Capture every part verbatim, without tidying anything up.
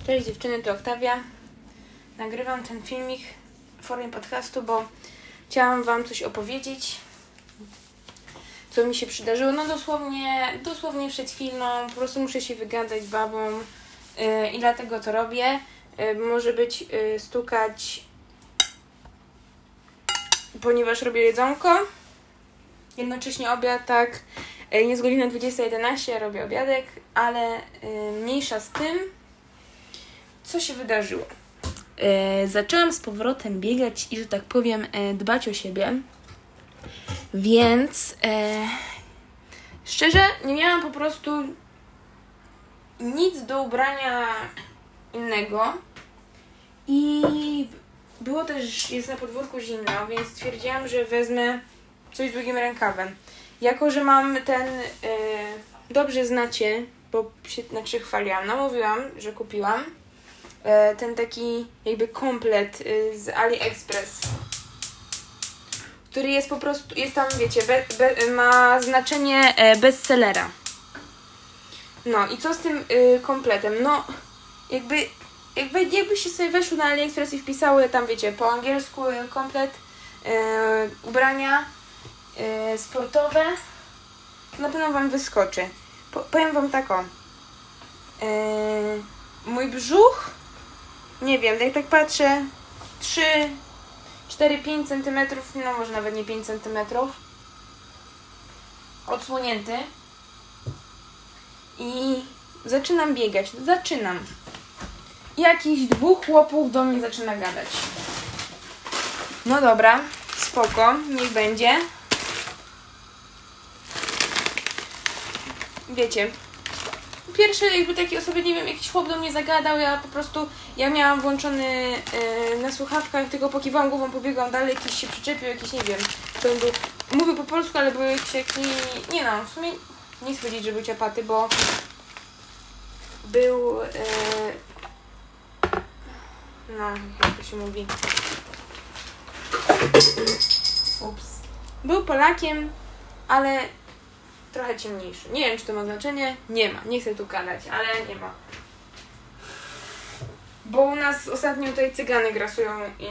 Cześć dziewczyny, to Oktawia. Nagrywam ten filmik w formie podcastu, bo chciałam wam coś opowiedzieć, co mi się przydarzyło. No dosłownie, dosłownie przed chwilą, po prostu muszę się wygadać z babą yy, i dlatego to robię. Yy, może być yy, stukać, ponieważ robię jedzonko. Jednocześnie obiad, tak, yy, jest godzina dwudziesta jedenaście, ja robię obiadek, ale yy, mniejsza z tym. Co się wydarzyło? E, zaczęłam z powrotem biegać i, że tak powiem, e, dbać o siebie. Więc e, szczerze nie miałam po prostu nic do ubrania innego. I było też, jest na podwórku zimno, więc stwierdziłam, że wezmę coś z długim rękawem. Jako że mam ten, e, dobrze znacie, bo się znaczy chwaliłam, no mówiłam, że kupiłam ten taki jakby komplet z AliExpress, który jest po prostu, jest tam, wiecie, be, be, ma znaczenie bestsellera. No i co z tym y, kompletem? No jakby, jakby jakbyście sobie weszły na AliExpress i wpisały tam, wiecie, po angielsku komplet y, ubrania y, sportowe, na pewno wam wyskoczy. Po, powiem wam tak o. Y, mój brzuch, nie wiem, jak tak patrzę, trzy, cztery, pięć centymetrów, no może nawet nie pięć centymetrów, odsłonięty i zaczynam biegać, zaczynam. Jakichś dwóch chłopów do mnie zaczyna gadać. No dobra, spoko, niech będzie. Wiecie, pierwsze jakby takie osoby, nie wiem, jakiś chłop do mnie zagadał, ja po prostu, ja miałam włączony yy, na słuchawkach, tylko pokiwałam głową, pobiegłam dalej, jakiś się przyczepił, jakiś, nie wiem, to był, mówił po polsku, ale był jakiś taki, nie no, w sumie nie chcę powiedzieć, że był ciapaty, bo był, yy, no, jak to się mówi, ups, był Polakiem, ale trochę ciemniejszy. Nie wiem, czy to ma znaczenie. Nie ma. Nie chcę tu gadać, ale nie ma. Bo u nas ostatnio tutaj cygany grasują i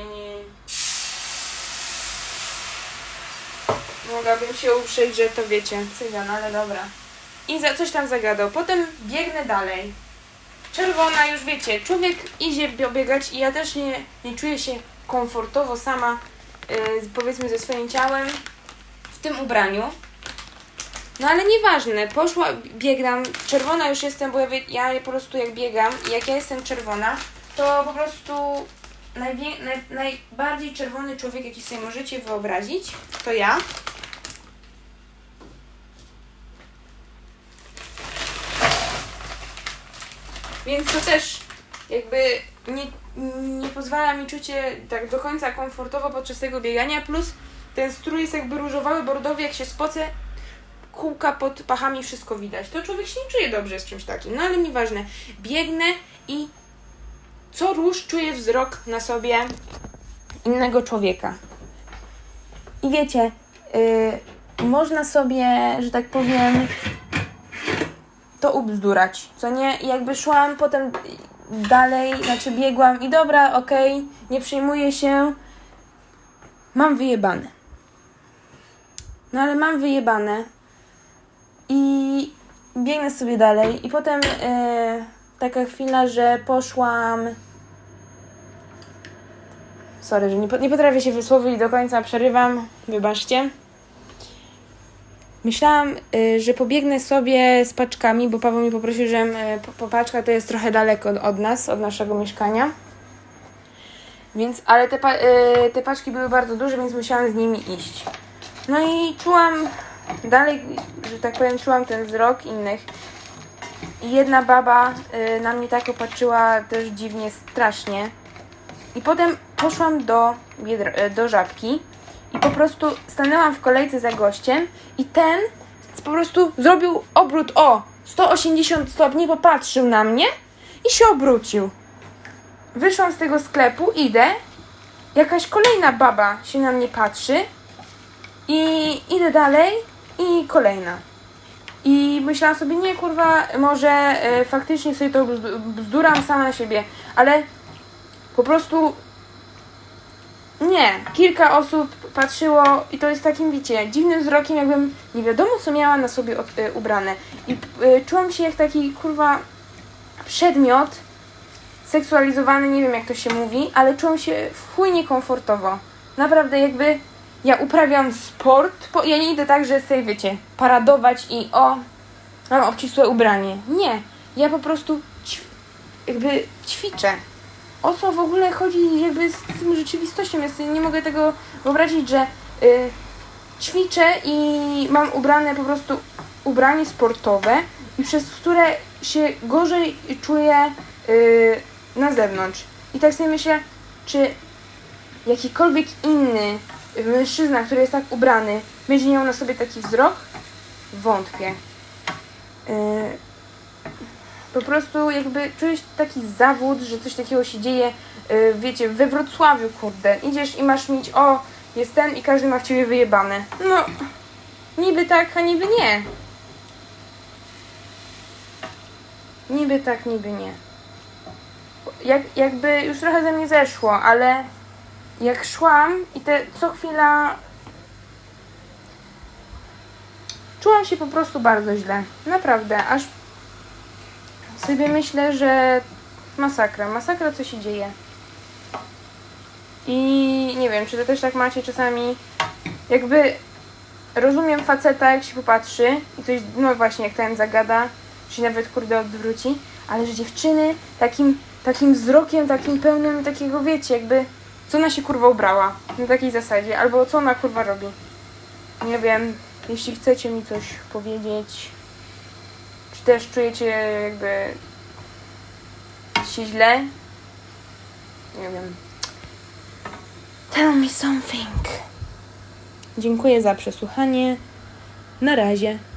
mogłabym się uprzeć, że to wiecie, cygan, ale dobra. I za coś tam zagadał. Potem biegnę dalej. Czerwona, już wiecie, człowiek idzie biegać i ja też nie, nie czuję się komfortowo sama, yy, powiedzmy, ze swoim ciałem w tym ubraniu. No ale nieważne, poszła, biegam, czerwona już jestem, bo ja, ja po prostu jak biegam i jak ja jestem czerwona, to po prostu najwie, naj, najbardziej czerwony człowiek, jaki sobie możecie wyobrazić, to ja. Więc to też jakby nie, nie pozwala mi czuć się tak do końca komfortowo podczas tego biegania, plus ten strój jest jakby różowały, bordowy, jak się spocę, kółka pod pachami, wszystko widać. To człowiek się nie czuje dobrze z czymś takim. No ale nieważne. Biegnę i co rusz czuję wzrok na sobie innego człowieka. I wiecie, yy, można sobie, że tak powiem, to ubzdurać, co nie? I jakby szłam potem dalej, znaczy biegłam i dobra, okej, okay, nie przejmuję się, mam wyjebane. No ale mam wyjebane. I biegnę sobie dalej i potem yy, taka chwila, że poszłam, sorry, że nie, nie potrafię się wysłowić do końca, przerywam, wybaczcie. Myślałam, yy, że pobiegnę sobie z paczkami, bo Paweł mi poprosił, że yy, po, po paczka to jest trochę daleko od, od nas, od naszego mieszkania. Więc, ale te, pa, yy, te paczki były bardzo duże, więc musiałam z nimi iść. No i czułam dalej, że tak powiem, czułam ten wzrok innych. I jedna baba y, na mnie tak popatrzyła też dziwnie, strasznie. I potem poszłam do, biedro, y, do Żabki i po prostu stanęłam w kolejce za gościem i ten po prostu zrobił obrót o sto osiemdziesiąt stopni, popatrzył na mnie i się obrócił. Wyszłam z tego sklepu, idę, jakaś kolejna baba się na mnie patrzy i idę dalej i kolejna. I myślałam sobie, nie kurwa, może e, faktycznie sobie to bzduram sama na siebie, ale po prostu nie. Kilka osób patrzyło i to jest takim, wiecie, dziwnym wzrokiem, jakbym nie wiadomo co miała na sobie od, e, ubrane. I e, czułam się jak taki kurwa przedmiot seksualizowany, nie wiem jak to się mówi, ale czułam się w chuj niekomfortowo. Naprawdę jakby ja uprawiam sport, bo ja nie idę tak, że sobie, wiecie, paradować i o, mam obcisłe ubranie. Nie. Ja po prostu ćw- jakby ćwiczę. O co w ogóle chodzi jakby z tym rzeczywistością? Ja sobie nie mogę tego wyobrazić, że y, ćwiczę i mam ubrane po prostu ubranie sportowe i przez które się gorzej czuję y, na zewnątrz. I tak sobie myślę, czy jakikolwiek inny mężczyzna, który jest tak ubrany, będzie miał na sobie taki wzrok? Wątpię. Yy, po prostu jakby czujesz taki zawód, że coś takiego się dzieje, yy, wiecie, we Wrocławiu, kurde. Idziesz i masz mieć, o, jest ten i każdy ma w ciebie wyjebane. No, niby tak, a niby nie. Niby tak, niby nie. Jak, jakby już trochę ze mnie zeszło, ale jak szłam i te co chwila czułam się po prostu bardzo źle. Naprawdę, aż sobie myślę, że masakra, masakra co się dzieje. I nie wiem, czy to też tak macie czasami, jakby rozumiem faceta, jak się popatrzy i coś, no właśnie, jak ten zagada, czy nawet kurde odwróci, ale że dziewczyny takim, takim wzrokiem, takim pełnym takiego, wiecie, jakby co ona się kurwa ubrała, na takiej zasadzie, albo co ona kurwa robi. Nie wiem, jeśli chcecie mi coś powiedzieć, czy też czujecie jakby się źle, nie wiem. Tell me something. Dziękuję za przesłuchanie. Na razie.